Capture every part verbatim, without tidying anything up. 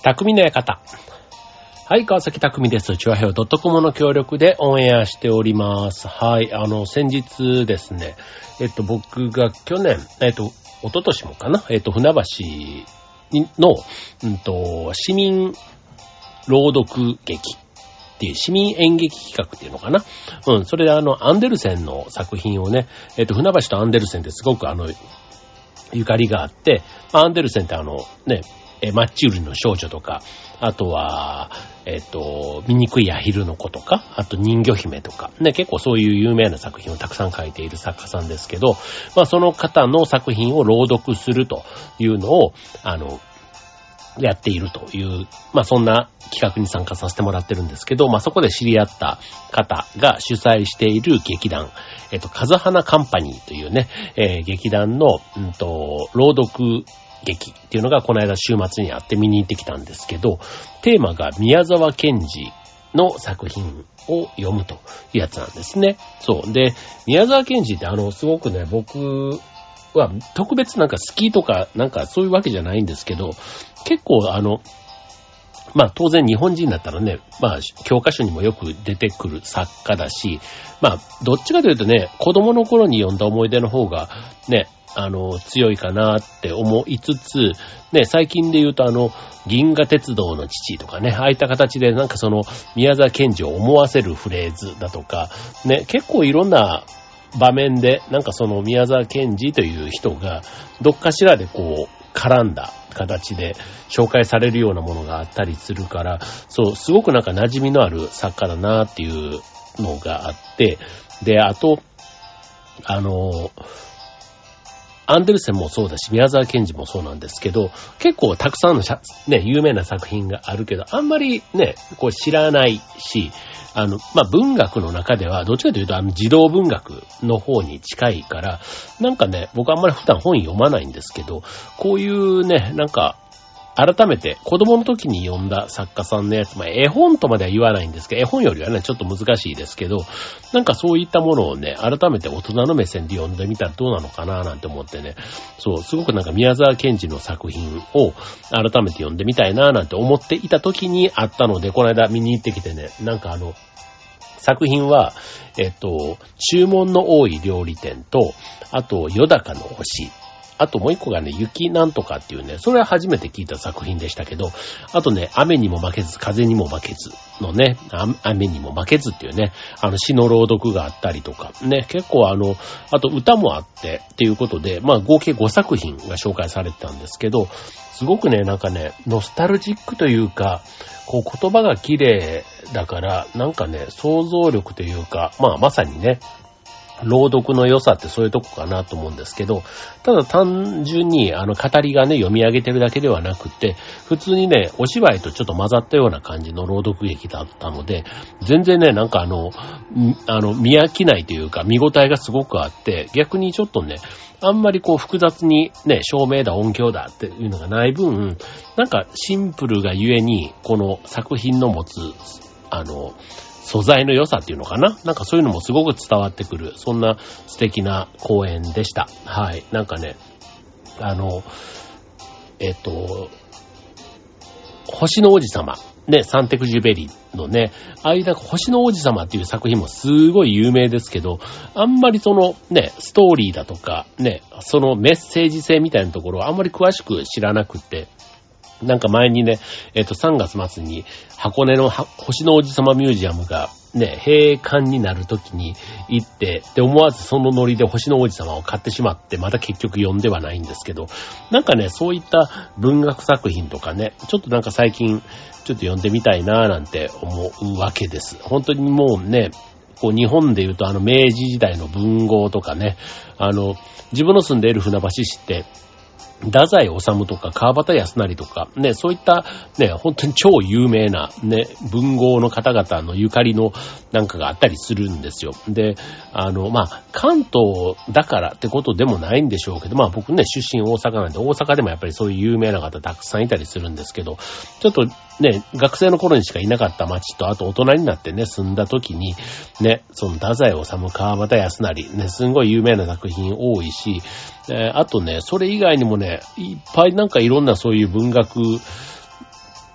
匠の館。はい、川崎匠です。チュアヘオ .com の協力でオンエアしております。はい、あの、先日ですね、えっと、僕が去年、えっと、一昨年もかな、えっと、船橋の、うんと、市民朗読劇っていう、市民演劇企画っていうのかな。うん、それであの、アンデルセンの作品をね、えっと、船橋とアンデルセンってすごくあの、ゆかりがあって、アンデルセンってあの、ね、え、マッチ売りの少女とか、あとは、えっと、醜いアヒルの子とか、あと人魚姫とか、ね、結構そういう有名な作品をたくさん書いている作家さんですけど、まあその方の作品を朗読するというのを、あの、やっているという、まあそんな企画に参加させてもらってるんですけど、まあそこで知り合った方が主催している劇団、えっと、風花カンパニーというね、えー、劇団の、うんと、朗読劇っていうのがこの間週末にあって見に行ってきたんですけど、テーマが宮沢賢治の作品を読むというやつなんですね。そう。で、宮沢賢治ってあの、すごくね、僕は特別なんか好きとかなんかそういうわけじゃないんですけど、結構あの、まあ当然日本人だったらね、まあ教科書にもよく出てくる作家だし、まあどっちかというとね、子供の頃に読んだ思い出の方がね、あの、強いかなって思いつつ、ね、最近で言うとあの、銀河鉄道の父とかね、ああいった形でなんかその、宮沢賢治を思わせるフレーズだとか、ね、結構いろんな場面で、なんかその宮沢賢治という人が、どっかしらでこう、絡んだ形で紹介されるようなものがあったりするから、そう、すごくなんか馴染みのある作家だなっていうのがあって、で、あと、あの、アンデルセンもそうだし、宮沢賢治もそうなんですけど、結構たくさんのね、有名な作品があるけど、あんまりね、こう知らないし、あの、まあ、文学の中では、どっちかというと、あの、児童文学の方に近いから、なんかね、僕あんまり普段本読まないんですけど、こういうね、なんか、改めて子供の時に読んだ作家さんのやつ、まあ、絵本とまでは言わないんですけど、絵本よりはね、ちょっと難しいですけど、なんかそういったものをね、改めて大人の目線で読んでみたらどうなのかななんて思ってね、そう、すごくなんか宮沢賢治の作品を改めて読んでみたいななんて思っていた時にあったので、この間見に行ってきてね、なんかあの、作品は、えっと、注文の多い料理店と、あと、よだかの星、あともう一個がね、雪なんとかっていうね、それは初めて聞いた作品でしたけど、あとね、雨にも負けず、風にも負けずのね、雨にも負けずっていうね、あの詩の朗読があったりとか、ね、結構あの、あと歌もあってっていうことで、まあ合計ごさく品が紹介されてたんですけど、すごくね、なんかね、ノスタルジックというか、こう言葉が綺麗だから、なんかね、想像力というか、まあまさにね、朗読の良さってそういうとこかなと思うんですけど、ただ単純にあの語りがね読み上げてるだけではなくて、普通にねお芝居とちょっと混ざったような感じの朗読劇だったので、全然ねなんかあのあの見飽きないというか見応えがすごくあって、逆にちょっとねあんまりこう複雑にね照明だ音響だっていうのがない分、なんかシンプルがゆえにこの作品の持つあの素材の良さっていうのかな、なんかそういうのもすごく伝わってくる、そんな素敵な公演でした。はい。なんかね、あの、えっと、星の王子様、ね、サンテクジュベリーのね、ああいうなんか星の王子様っていう作品もすごい有名ですけど、あんまりそのね、ストーリーだとか、ね、そのメッセージ性みたいなところをあんまり詳しく知らなくて、なんか前にね、えっとさんがつ末に箱根の星の王子様ミュージアムがね、閉館になるときに行って、で思わずそのノリで星の王子様を買ってしまって、また結局読んではないんですけど、なんかね、そういった文学作品とかね、ちょっとなんか最近ちょっと読んでみたいなーなんて思うわけです。本当にもうね、こう日本で言うとあの明治時代の文豪とかね、あの自分の住んでいる船橋市って太宰治とか川端康成とかね、そういったね、本当に超有名なね、文豪の方々のゆかりのなんかがあったりするんですよ。で、あの、まあ、関東だからってことでもないんでしょうけど、まあ僕ね、出身大阪なんで、大阪でもやっぱりそういう有名な方たくさんいたりするんですけど、ちょっとね、学生の頃にしかいなかった町と、あと大人になってね、住んだ時に、ね、その太宰治、川端康成、ね、すんごい有名な作品多いし、えー、あとね、それ以外にもね、いっぱいなんかいろんなそういう文学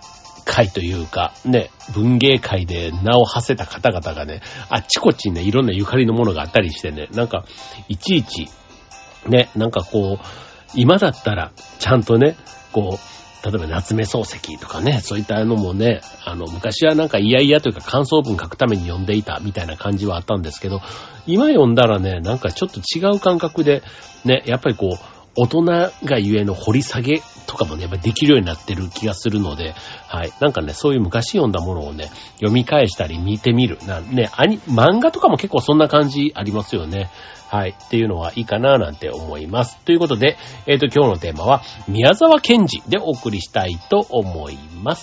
界というか、ね、文芸界で名を馳せた方々がね、あっちこっちにね、いろんなゆかりのものがあったりしてね、なんか、いちいち、ね、なんかこう、今だったら、ちゃんとね、こう、例えば夏目漱石とかね、そういったのもね、あの、昔はなんか嫌々というか感想文書くために読んでいたみたいな感じはあったんですけど、今読んだらね、なんかちょっと違う感覚で、ね、やっぱりこう、大人がゆえの掘り下げとかもね、やっぱりできるようになってる気がするので、はい。なんかね、そういう昔読んだものをね、読み返したり見てみる。なね、アニ、漫画とかも結構そんな感じありますよね。はい。っていうのはいいかななんて思います。ということで、えっと、今日のテーマは、宮沢賢治でお送りしたいと思います。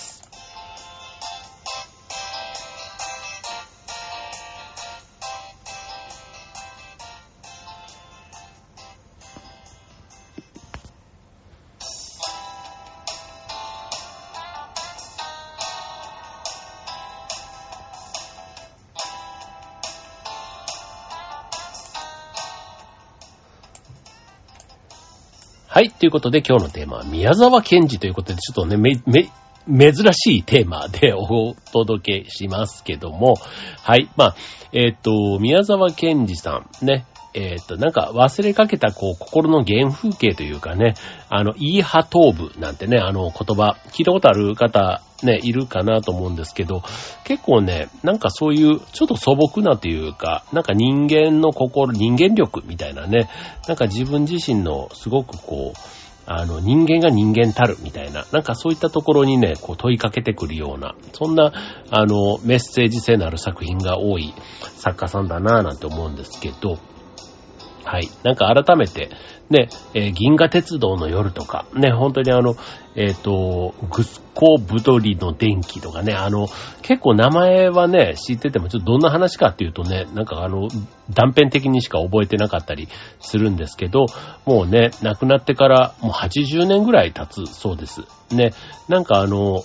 はい。ということで今日のテーマは宮沢賢治ということで、ちょっとね、め、め、珍しいテーマでお届けしますけども、はい。まあ、えっと、宮沢賢治さんね、えっと、なんか忘れかけたこう、心の原風景というかね、あの、イーハトーブなんてね、あの言葉、聞いたことある方、ね、いるかなと思うんですけど、結構ね、なんかそういう、ちょっと素朴なというか、なんか人間の心、人間力みたいなね、なんか自分自身のすごくこう、あの、人間が人間たるみたいな、なんかそういったところにね、こう問いかけてくるような、そんな、あの、メッセージ性のある作品が多い作家さんだなぁなんて思うんですけど、はい。なんか改めて、ね、えー、銀河鉄道の夜とか、ね、本当にあの、えっと、グスコブドリの電気とかね、あの、結構名前はね、知ってても、ちょっとどんな話かっていうとね、なんかあの、断片的にしか覚えてなかったりするんですけど、もうね、亡くなってからもうはちじゅうねんぐらい経つそうです。ね、なんかあの、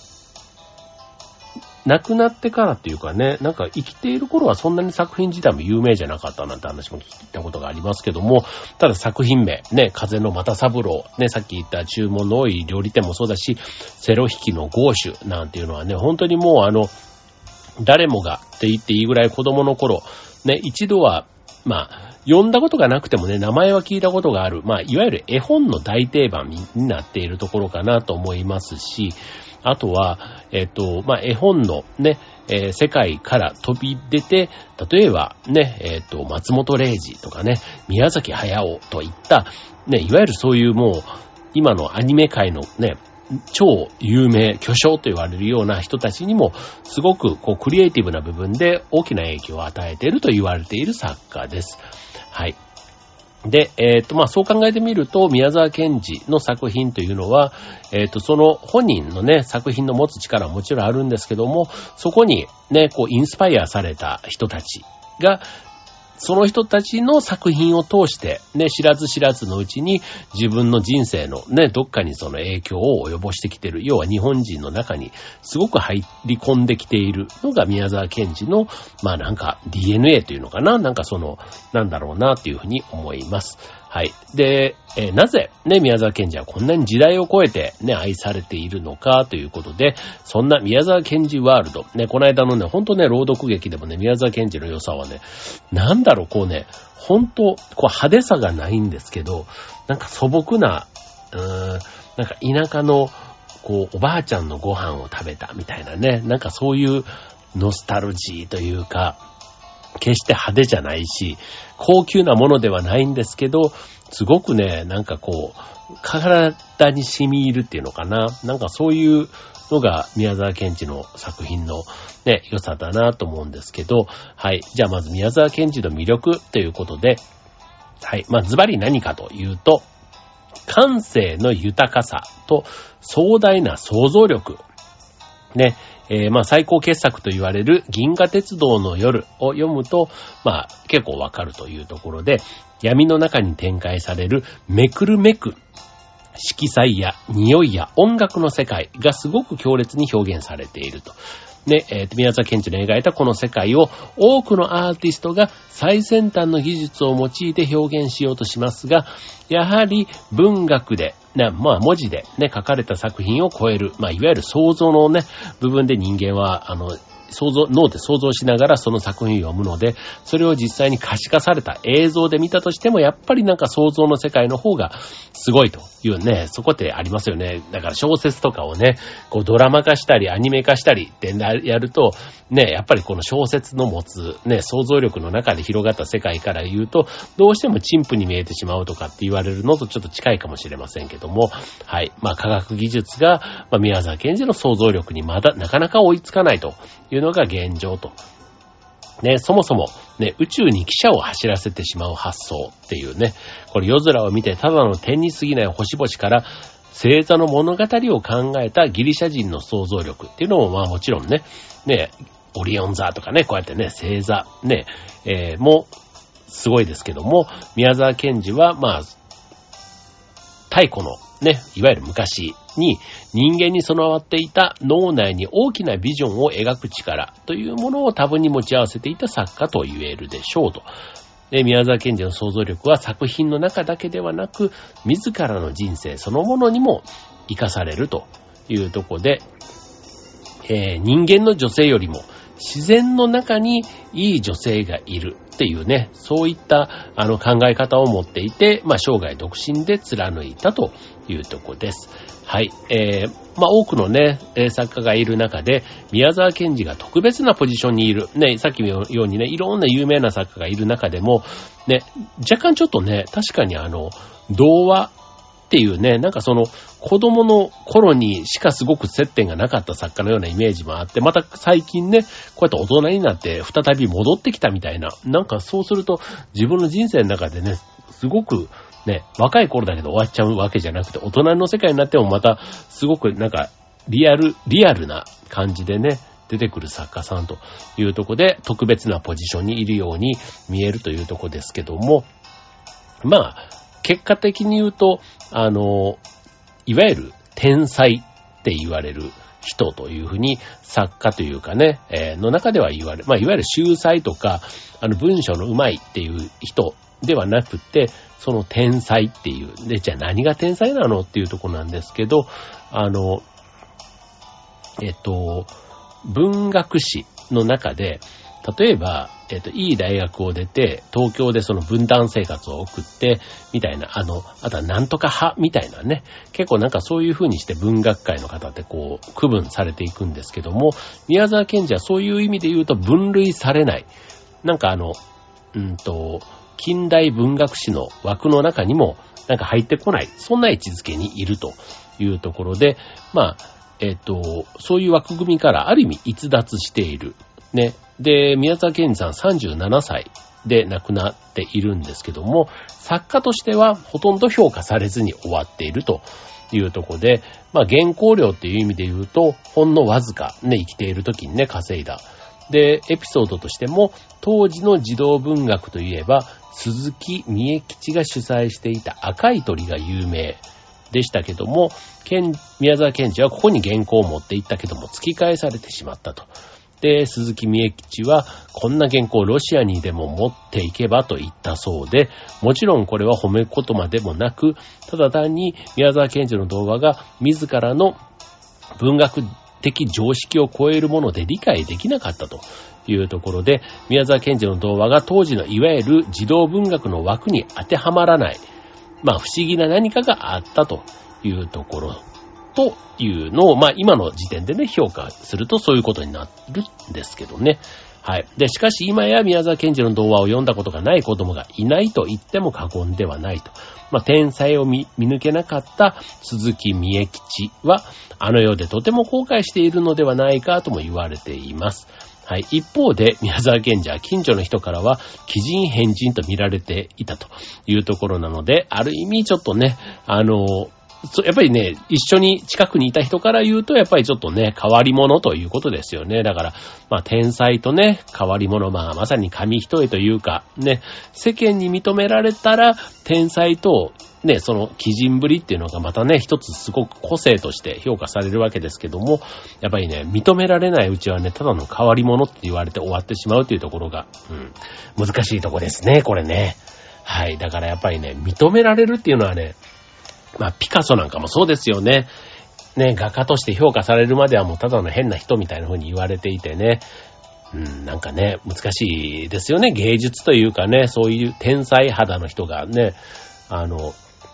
亡くなってからっていうかね、なんか生きている頃はそんなに作品自体も有名じゃなかったなんて話も聞いたことがありますけども、ただ作品名、ね、風の又三郎、ね、さっき言った注文の多い料理店もそうだし、セロ引きのゴーシュなんていうのはね、本当にもうあの、誰もがって言っていいぐらい子供の頃、ね、一度は、まあ、読んだことがなくてもね、名前は聞いたことがある、まあ、いわゆる絵本の大定番になっているところかなと思いますし、あとは、えっと、まあ、絵本のね、えー、世界から飛び出て、例えばね、えっと、松本零士とかね、宮崎駿といった、ね、いわゆるそういうもう、今のアニメ界のね、超有名、巨匠と言われるような人たちにも、すごくこう、クリエイティブな部分で大きな影響を与えていると言われている作家です。はい。で、えっと、まあ、そう考えてみると、宮沢賢治の作品というのは、えっと、その本人のね、作品の持つ力はもちろんあるんですけども、そこにね、こう、インスパイアされた人たちが、その人たちの作品を通して、ね、知らず知らずのうちに自分の人生のね、どっかにその影響を及ぼしてきている。要は日本人の中にすごく入り込んできているのが宮沢賢治の、まあなんか ディーエヌエー というのかな、なんかその、なんだろうなっていうふうに思います。はい。で、えー、なぜね、宮沢賢治はこんなに時代を超えてね、愛されているのかということで、そんな宮沢賢治ワールド、ね、この間のね、ほんとね、朗読劇でもね、宮沢賢治の良さはね、なんだろう、こうね、ほんと、こう派手さがないんですけど、なんか素朴な、うーん、なんか田舎の、こう、おばあちゃんのご飯を食べたみたいなね、なんかそういうノスタルジーというか、決して派手じゃないし、高級なものではないんですけど、すごくね、なんかこう、体に染み入るっていうのかな。なんかそういうのが宮沢賢治の作品のね、良さだなと思うんですけど、はい。じゃあまず宮沢賢治の魅力ということで、はい。まあズバリ何かというと、感性の豊かさと壮大な想像力。ね。えー、まあ最高傑作と言われる銀河鉄道の夜を読むと、まあ結構わかるというところで、闇の中に展開されるめくるめく色彩や匂いや音楽の世界がすごく強烈に表現されていると。ね、えー、宮沢賢治の描いたこの世界を多くのアーティストが最先端の技術を用いて表現しようとしますが、やはり文学で、ね、まあ文字でね、書かれた作品を超える、まあいわゆる想像のね、部分で人間は、あの、想像、脳で想像しながらその作品を読むので、それを実際に可視化された映像で見たとしても、やっぱりなんか想像の世界の方がすごいというね、そこってありますよね。だから小説とかをね、こうドラマ化したりアニメ化したりってやると、ね、やっぱりこの小説の持つね、想像力の中で広がった世界から言うと、どうしても陳腐に見えてしまうとかって言われるのとちょっと近いかもしれませんけども、はい。まあ科学技術が、まあ、宮沢賢治の想像力にまだなかなか追いつかないというのが現状と。ね、そもそもね、宇宙に汽車を走らせてしまう発想っていうね、これ夜空を見てただの点に過ぎない星々から星座の物語を考えたギリシャ人の想像力っていうのもまあもちろんね、ね、オリオン座とかね、こうやってね、星座ね、えー、もすごいですけども、宮沢賢治はまあ太古のね、いわゆる昔に人間に備わっていた脳内に大きなビジョンを描く力というものを多分に持ち合わせていた作家と言えるでしょうと。で、宮沢賢治の想像力は作品の中だけではなく、自らの人生そのものにも生かされるというところで、えー、人間の女性よりも自然の中にいい女性がいるっていうね、そういったあの考え方を持っていて、まあ生涯独身で貫いたというところです。はい。えー、まあ多くのね、作家がいる中で、宮沢賢治が特別なポジションにいる。ね、さっきのようにね、いろんな有名な作家がいる中でも、ね、若干ちょっとね、確かにあの、童話っていうね、なんかその子供の頃にしかすごく接点がなかった作家のようなイメージもあって、また最近ね、こうやって大人になって再び戻ってきたみたいな、なんかそうすると自分の人生の中でね、すごくね、若い頃だけど終わっちゃうわけじゃなくて、大人の世界になってもまたすごくなんかリアル、リアルな感じでね、出てくる作家さんというところで特別なポジションにいるように見えるというところですけども、まあ、結果的に言うと、あの、いわゆる天才って言われる人というふうに作家というかね、えー、の中では言われ、まあいわゆる秀才とか、あの文章の上手いっていう人ではなくて、その天才っていう、で、じゃあ何が天才なのっていうところなんですけど、あの、えっと、文学史の中で、例えば、えっと、いい大学を出て、東京でその分断生活を送って、みたいな、あの、あとはなんとか派みたいなね、結構なんかそういう風にして文学界の方ってこう、区分されていくんですけども、宮沢賢治はそういう意味で言うと分類されない。なんかあの、うんと、近代文学史の枠の中にも、なんか入ってこない。そんな位置づけにいるというところで、まあ、えっと、そういう枠組みからある意味逸脱している。ね。で、宮沢賢治さんさんじゅうななさいで亡くなっているんですけども、作家としてはほとんど評価されずに終わっているというところで、まあ原稿料っていう意味で言うと、ほんのわずかね、生きている時にね、稼いだ。で、エピソードとしても、当時の児童文学といえば、鈴木三重吉が主催していた赤い鳥が有名でしたけども、宮沢賢治はここに原稿を持っていったけども、突き返されてしまったと。で、鈴木三重吉は、こんな原稿をロシアにでも持っていけばと言ったそうで、もちろんこれは褒め言葉でもなく、ただ単に宮沢賢治の童話が自らの文学的常識を超えるもので理解できなかったというところで、宮沢賢治の童話が当時のいわゆる児童文学の枠に当てはまらない、まあ不思議な何かがあったというところというのを、まあ今の時点でね、評価するとそういうことになるんですけどね。はい。で、しかし今や宮沢賢治の童話を読んだことがない子供がいないと言っても過言ではないと。まあ天才を 見, 見抜けなかった鈴木三重吉は、あの世でとても後悔しているのではないかとも言われています。はい。一方で、宮沢賢治は近所の人からは、奇人変人と見られていたというところなので、ある意味ちょっとね、あの、やっぱりね、一緒に近くにいた人から言うと、やっぱりちょっとね、変わり者ということですよね。だから、まあ、天才とね、変わり者、まあ、まさに紙一重というか、ね、世間に認められたら、天才とね、その鬼人ぶりっていうのがまたね、一つすごく個性として評価されるわけですけども、やっぱりね、認められないうちはね、ただの変わり者って言われて終わってしまうというところが、うん、難しいところですね、これね。はい。だからやっぱりね、認められるっていうのはね、まあ、ピカソなんかもそうですよね。ね、画家として評価されるまではもうただの変な人みたいな風に言われていてね、うん、なんかね、難しいですよね。芸術というかね、そういう天才肌の人がね、あの、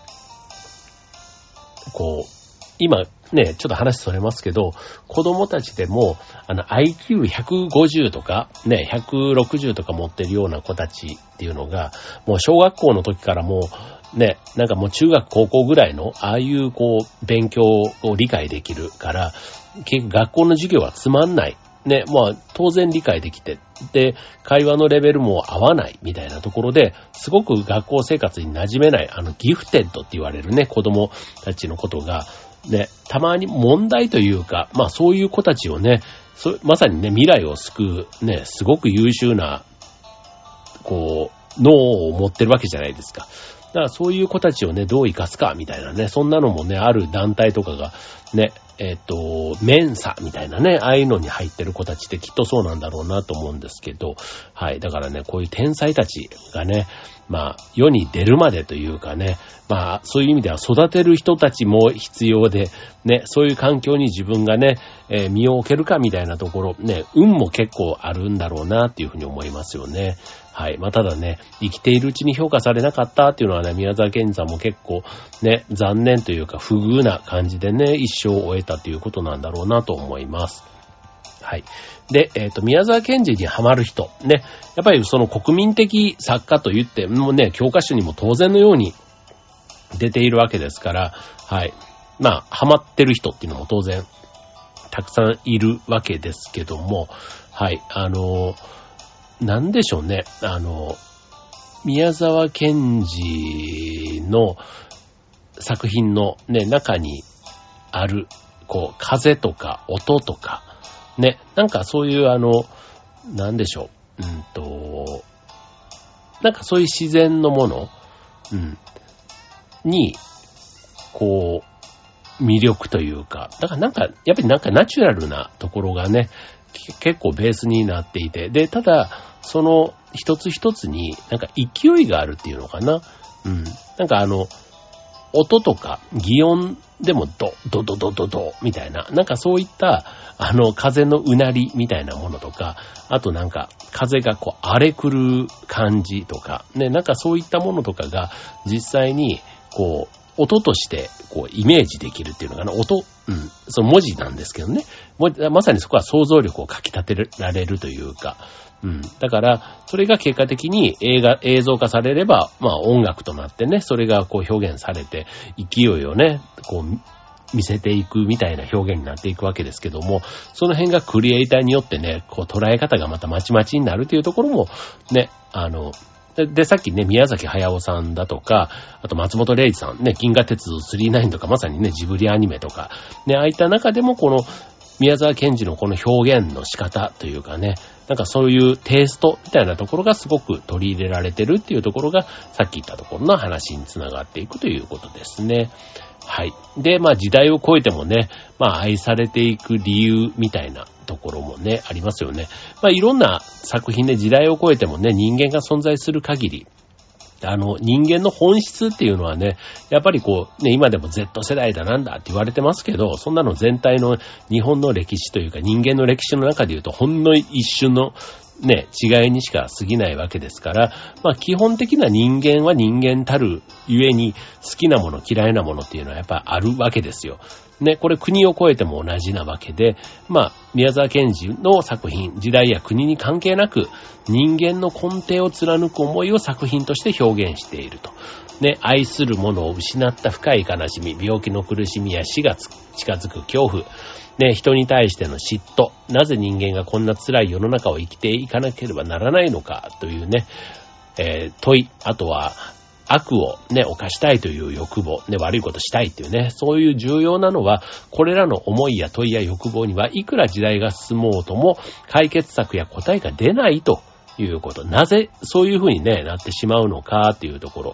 こう、今ね、ちょっと話それますけど、子供たちでも、あの、アイキューひゃくごじゅう とか、ね、ひゃくろくじゅうとか持ってるような子たちっていうのが、もう小学校の時からもう、ね、なんかもう中学高校ぐらいの、ああいうこう、勉強を理解できるから、結局学校の授業はつまんない。ね、まあ、当然理解できて、で、会話のレベルも合わないみたいなところで、すごく学校生活に馴染めない、あの、ギフテッドって言われるね、子供たちのことが、ね、たまに問題というか、まあそういう子たちをね、そまさにね、未来を救う、ね、すごく優秀な、こう、脳を持ってるわけじゃないですか。だからそういう子たちをね、どう生かすか、みたいなね、そんなのもね、ある団体とかが、ね、えっと、メンサみたいなね、ああいうのに入ってる子たちってきっとそうなんだろうなと思うんですけど、はい、だからね、こういう天才たちがね、まあ、世に出るまでというかね、まあ、そういう意味では育てる人たちも必要で、ね、そういう環境に自分がね、えー、身を置けるかみたいなところ、ね、運も結構あるんだろうなっていうふうに思いますよね。はい。まあ、ただね、生きているうちに評価されなかったっていうのはね、宮沢賢治さんも結構ね、残念というか不遇な感じでね、一生を終えたということなんだろうなと思います。はい。で、えっと、宮沢賢治にハマる人、ね、やっぱりその国民的作家と言って、もうね、教科書にも当然のように出ているわけですから、はい。まあ、ハマってる人っていうのも当然、たくさんいるわけですけども、はい。あの、なんでしょうね、あの、宮沢賢治の作品のね、中にある、こう、風とか音とか、ね、なんかそういうあの、なんでしょう、うんと、なんかそういう自然のもの、うん、に、こう、魅力というか、だからなんか、やっぱりなんかナチュラルなところがね、結構ベースになっていて、で、ただ、その一つ一つになんか勢いがあるっていうのかな。うん。なんかあの、音とか擬音でもド、ドドドドドみたいな、なんかそういったあの風のうなりみたいなものとか、あとなんか風がこう荒れ狂う感じとか、ね、なんかそういったものとかが実際にこう、音としてこうイメージできるっていうのかな。音、うん、その文字なんですけどね。まさにそこは想像力をかき立てられるというか、うん。だから、それが結果的に映画、映像化されれば、まあ音楽となってね、それがこう表現されて、勢いをね、こう見せていくみたいな表現になっていくわけですけども、その辺がクリエイターによってね、こう捉え方がまたまちまちになるというところも、ね、あの、で, で、さっきね、宮崎駿さんだとか、あと松本零士さんね、銀河鉄道スリーナインとか、まさにね、ジブリアニメとか、ね、ああいった中でもこの、宮沢賢治のこの表現の仕方というかね、なんかそういうテイストみたいなところがすごく取り入れられてるっていうところが、さっき言ったところの話につながっていくということですね。はい。で、まあ時代を超えてもね、まあ愛されていく理由みたいなところもね、ありますよね。まあいろんな作品で時代を超えてもね、人間が存在する限り、あの、人間の本質っていうのはね、やっぱりこう、ね、今でも Z 世代だなんだって言われてますけど、そんなの全体の日本の歴史というか人間の歴史の中で言うと、ほんの一瞬のね、違いにしか過ぎないわけですから、まあ基本的な人間は人間たるゆえに好きなもの嫌いなものっていうのはやっぱりあるわけですよ。ね、これ国を超えても同じなわけで、まあ宮沢賢治の作品、時代や国に関係なく人間の根底を貫く思いを作品として表現していると。ね、愛するものを失った深い悲しみ、病気の苦しみや死が近づく恐怖、ね、人に対しての嫉妬、なぜ人間がこんな辛い世の中を生きていかなければならないのかというね、えー、問い、あとは悪をね、犯したいという欲望、ね、悪いことしたいっていうね、そういう重要なのは、これらの思いや問いや欲望にはいくら時代が進もうとも解決策や答えが出ないということ。なぜそういうふうにね、なってしまうのかっていうところ。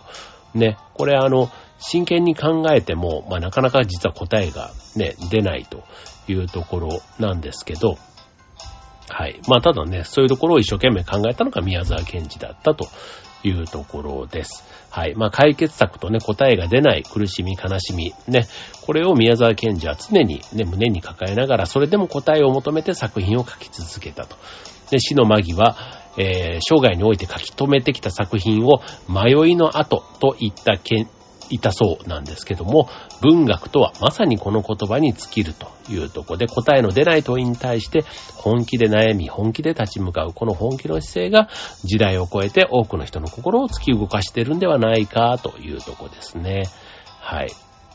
ね、これあの、真剣に考えても、まあなかなか実は答えがね、出ないというところなんですけど、はい。まあただね、そういうところを一生懸命考えたのが宮沢賢治だったというところです。はい。まあ解決策とね、答えが出ない苦しみ、悲しみ、ね、これを宮沢賢治は常にね、胸に抱えながら、それでも答えを求めて作品を書き続けたと。で、死の間際、えー、生涯において書き留めてきた作品を迷いの後といったけんいたそうなんですけども、文学とはまさにこの言葉に尽きるというところで、答えの出ない問いに対して本気で悩み、本気で立ち向かう、この本気の姿勢が時代を超えて多くの人の心を突き動かしているんではないかというところですね。はい。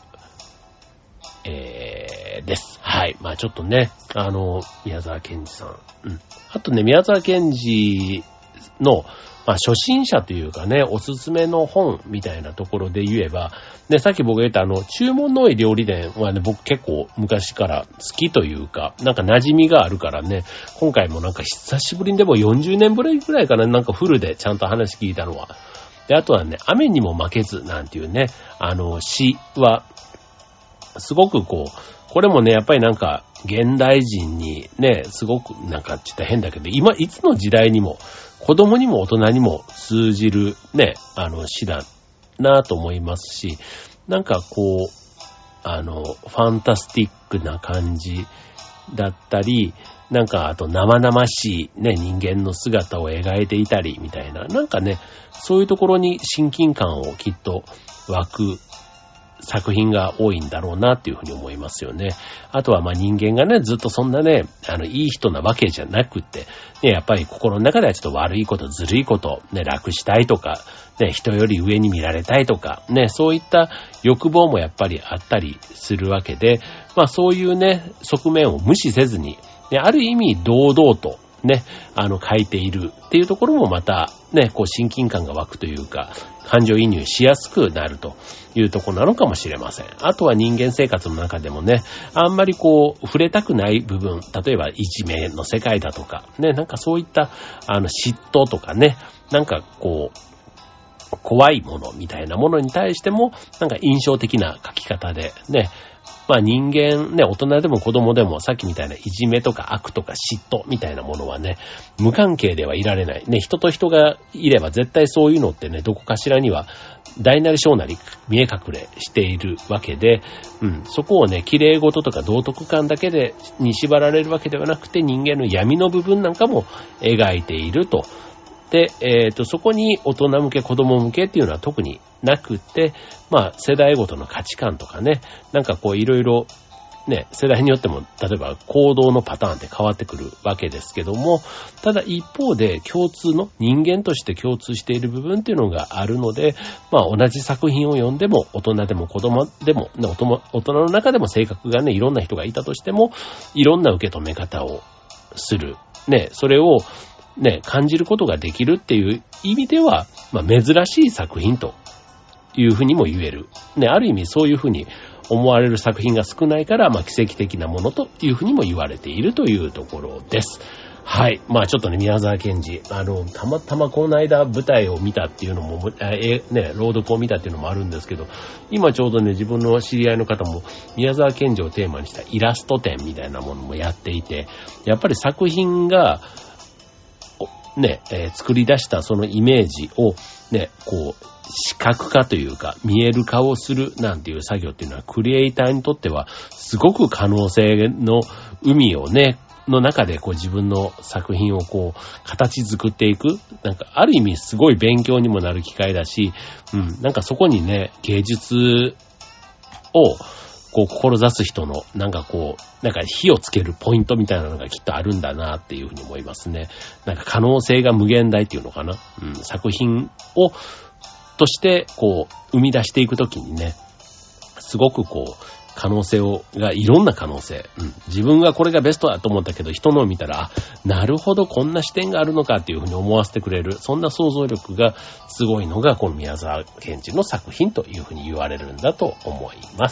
えー、です。はい。まあちょっとね、あの、宮沢賢治さん。うん。あとね、宮沢賢治の、まあ、初心者というかね、おすすめの本みたいなところで言えば、ね、さっき僕が言ったあの、注文の多い料理伝はね、僕結構昔から好きというか、なんか馴染みがあるからね、今回もなんか久しぶりにでもよんじゅうねんぶりぐらいかな、なんかフルでちゃんと話聞いたのは。で、あとはね、雨にも負けずなんていうね、あの、詩は、すごくこう、これもね、やっぱりなんか、現代人にね、すごくなんかちょっと変だけど、今、いつの時代にも、子供にも大人にも通じるね、あの詩だなと思いますし、なんかこう、あの、ファンタスティックな感じだったり、なんかあと生々しいね、人間の姿を描いていたりみたいな、なんかね、そういうところに親近感をきっと湧く作品が多いんだろうなっていうふうに思いますよね。あとはまあ人間がね、ずっとそんなね、あの、いい人なわけじゃなくて、ね、やっぱり心の中ではちょっと悪いこと、ずるいこと、ね、楽したいとか、ね、人より上に見られたいとか、ね、そういった欲望もやっぱりあったりするわけで、まあそういうね、側面を無視せずに、ね、ある意味堂々と、ね、あの、書いているっていうところもまた、ね、こう親近感が湧くというか、感情移入しやすくなるというところなのかもしれません。あとは人間生活の中でもね、あんまりこう、触れたくない部分、例えばいじめの世界だとか、ね、なんかそういった、あの、嫉妬とかね、なんかこう、怖いものみたいなものに対しても、なんか印象的な書き方でね、まあ人間ね、大人でも子供でもさっきみたいないじめとか悪とか嫉妬みたいなものはね、無関係ではいられない。ね、人と人がいれば絶対そういうのってね、どこかしらには大なり小なり見え隠れしているわけで、うん、そこをね、綺麗事とか道徳感だけでに縛られるわけではなくて、人間の闇の部分なんかも描いていると。で、えっと、そこに大人向け、子供向けっていうのは特になくて、まあ、世代ごとの価値観とかね、なんかこういろいろ、ね、世代によっても、例えば行動のパターンって変わってくるわけですけども、ただ一方で共通の、人間として共通している部分っていうのがあるので、まあ同じ作品を読んでも、大人でも子供でも、ね、大人の中でも性格がね、いろんな人がいたとしても、いろんな受け止め方をする。ね、それを、ね、感じることができるっていう意味では、まあ、珍しい作品というふうにも言える。ね、ある意味そういうふうに思われる作品が少ないから、まあ、奇跡的なものというふうにも言われているというところです。はい。まあちょっとね、宮沢賢治、あの、たまたまこの間舞台を見たっていうのも、え、ね、朗読を見たっていうのもあるんですけど、今ちょうどね、自分の知り合いの方も、宮沢賢治をテーマにしたイラスト展みたいなものもやっていて、やっぱり作品が、ね、えー、作り出したそのイメージをね、こう、視覚化というか、見える化をするなんていう作業っていうのは、クリエイターにとっては、すごく可能性の海をね、の中でこう自分の作品をこう、形作っていく。なんか、ある意味すごい勉強にもなる機会だし、うん、なんかそこにね、芸術を、こう、志す人の、なんかこう、なんか火をつけるポイントみたいなのがきっとあるんだなっていうふうに思いますね。なんか可能性が無限大っていうのかな。うん、作品を、として、こう、生み出していくときにね、すごくこう、可能性を、が、いろんな可能性。うん、自分がこれがベストだと思ったけど、人のを見たら、あ、なるほど、こんな視点があるのかっていうふうに思わせてくれる、そんな想像力がすごいのが、この宮沢賢治の作品というふうに言われるんだと思います。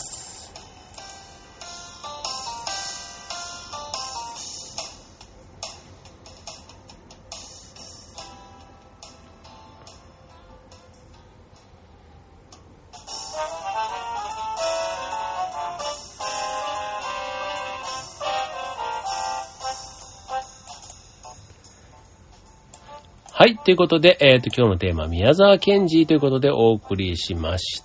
はい。ということで、えっと、今日のテーマ、宮沢賢治ということでお送りしました。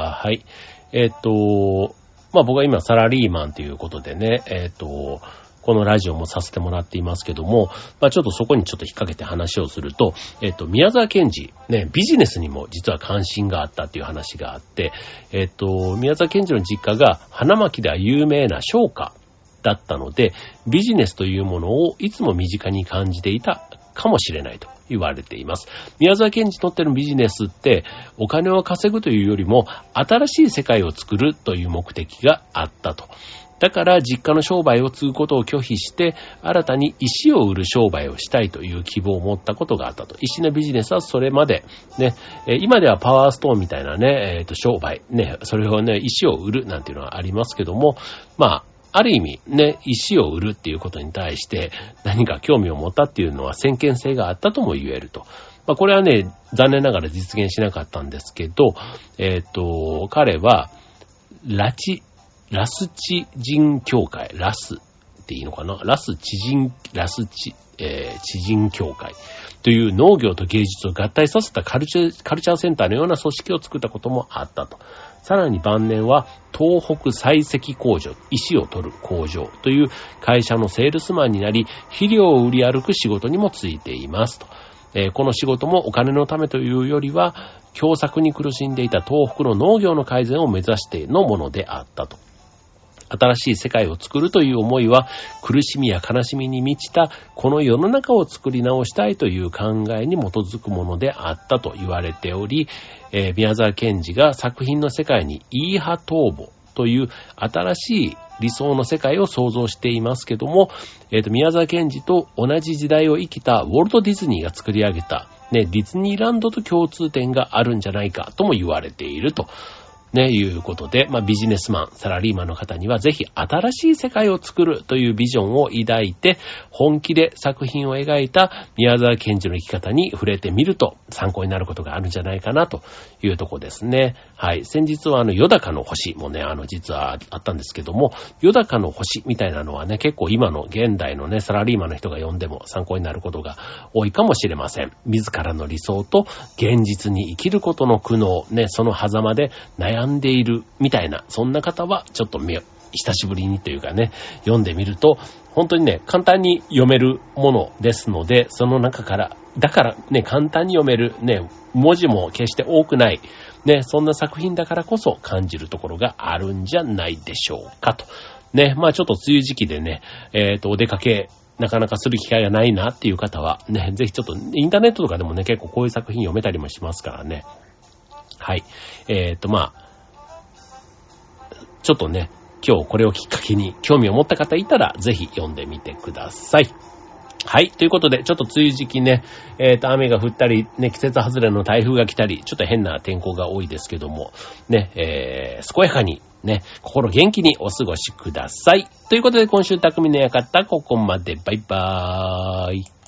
はい。えっと、まあ、僕は今サラリーマンということでね、えっと、このラジオもさせてもらっていますけども、まあ、ちょっとそこにちょっと引っ掛けて話をすると、えっと、宮沢賢治、ね、ビジネスにも実は関心があったっていう話があって、えっと、宮沢賢治の実家が花巻では有名な商家だったので、ビジネスというものをいつも身近に感じていたかもしれないと言われています。宮沢賢治にとってのビジネスって、お金を稼ぐというよりも、新しい世界を作るという目的があったと。だから実家の商売を継ぐことを拒否して、新たに石を売る商売をしたいという希望を持ったことがあったと。石のビジネスはそれまで、ね、今ではパワーストーンみたいなね、えっと、商売、ね、それをね、石を売るなんていうのはありますけども、まあ、ある意味ね、石を売るっていうことに対して何か興味を持ったっていうのは先見性があったとも言えると。まあこれはね、残念ながら実現しなかったんですけど、えっと、彼は、ラチ、ラスチ人協会、ラスっていいのかな？ラス知人、ラスチ、えー、知人協会という農業と芸術を合体させたカルチャー、カルチャーセンターのような組織を作ったこともあったと。さらに晩年は東北採石工場、石を取る工場という会社のセールスマンになり、肥料を売り歩く仕事にもついていますと。えー、この仕事もお金のためというよりは、凶作に苦しんでいた東北の農業の改善を目指してのものであったと。新しい世界を作るという思いは、苦しみや悲しみに満ちたこの世の中を作り直したいという考えに基づくものであったと言われており、えー、宮沢賢治が作品の世界にイーハトーボという新しい理想の世界を創造していますけども、えーと、宮沢賢治と同じ時代を生きたウォルト・ディズニーが作り上げた、ね、ディズニーランドと共通点があるんじゃないかとも言われていると。ね、いうことで、まあ、ビジネスマン、サラリーマンの方にはぜひ新しい世界を作るというビジョンを抱いて、本気で作品を描いた宮沢賢治の生き方に触れてみると参考になることがあるんじゃないかなというところですね。はい。先日はあの、よだかの星もね、あの、実はあったんですけども、よだかの星みたいなのはね、結構今の現代のね、サラリーマンの人が読んでも参考になることが多いかもしれません。自らの理想と現実に生きることの苦悩、ね、その狭間で悩んでいるみたいな、そんな方はちょっと目を久しぶりにというかね、読んでみると本当にね、簡単に読めるものですので、その中からだからね、簡単に読めるね、文字も決して多くないね、そんな作品だからこそ感じるところがあるんじゃないでしょうかとね。まあちょっと梅雨時期でね、えっとお出かけなかなかする機会がないなっていう方はね、ぜひちょっとインターネットとかでもね、結構こういう作品読めたりもしますからね。はい。えっとまあちょっとね、今日これをきっかけに興味を持った方いたら、ぜひ読んでみてください。はい。ということで、ちょっと梅雨時期ね、えっと、雨が降ったり、ね、季節外れの台風が来たり、ちょっと変な天候が多いですけども、ね、えー、健やかに、ね、心元気にお過ごしください。ということで、今週匠の館、ここまで。バイバーイ。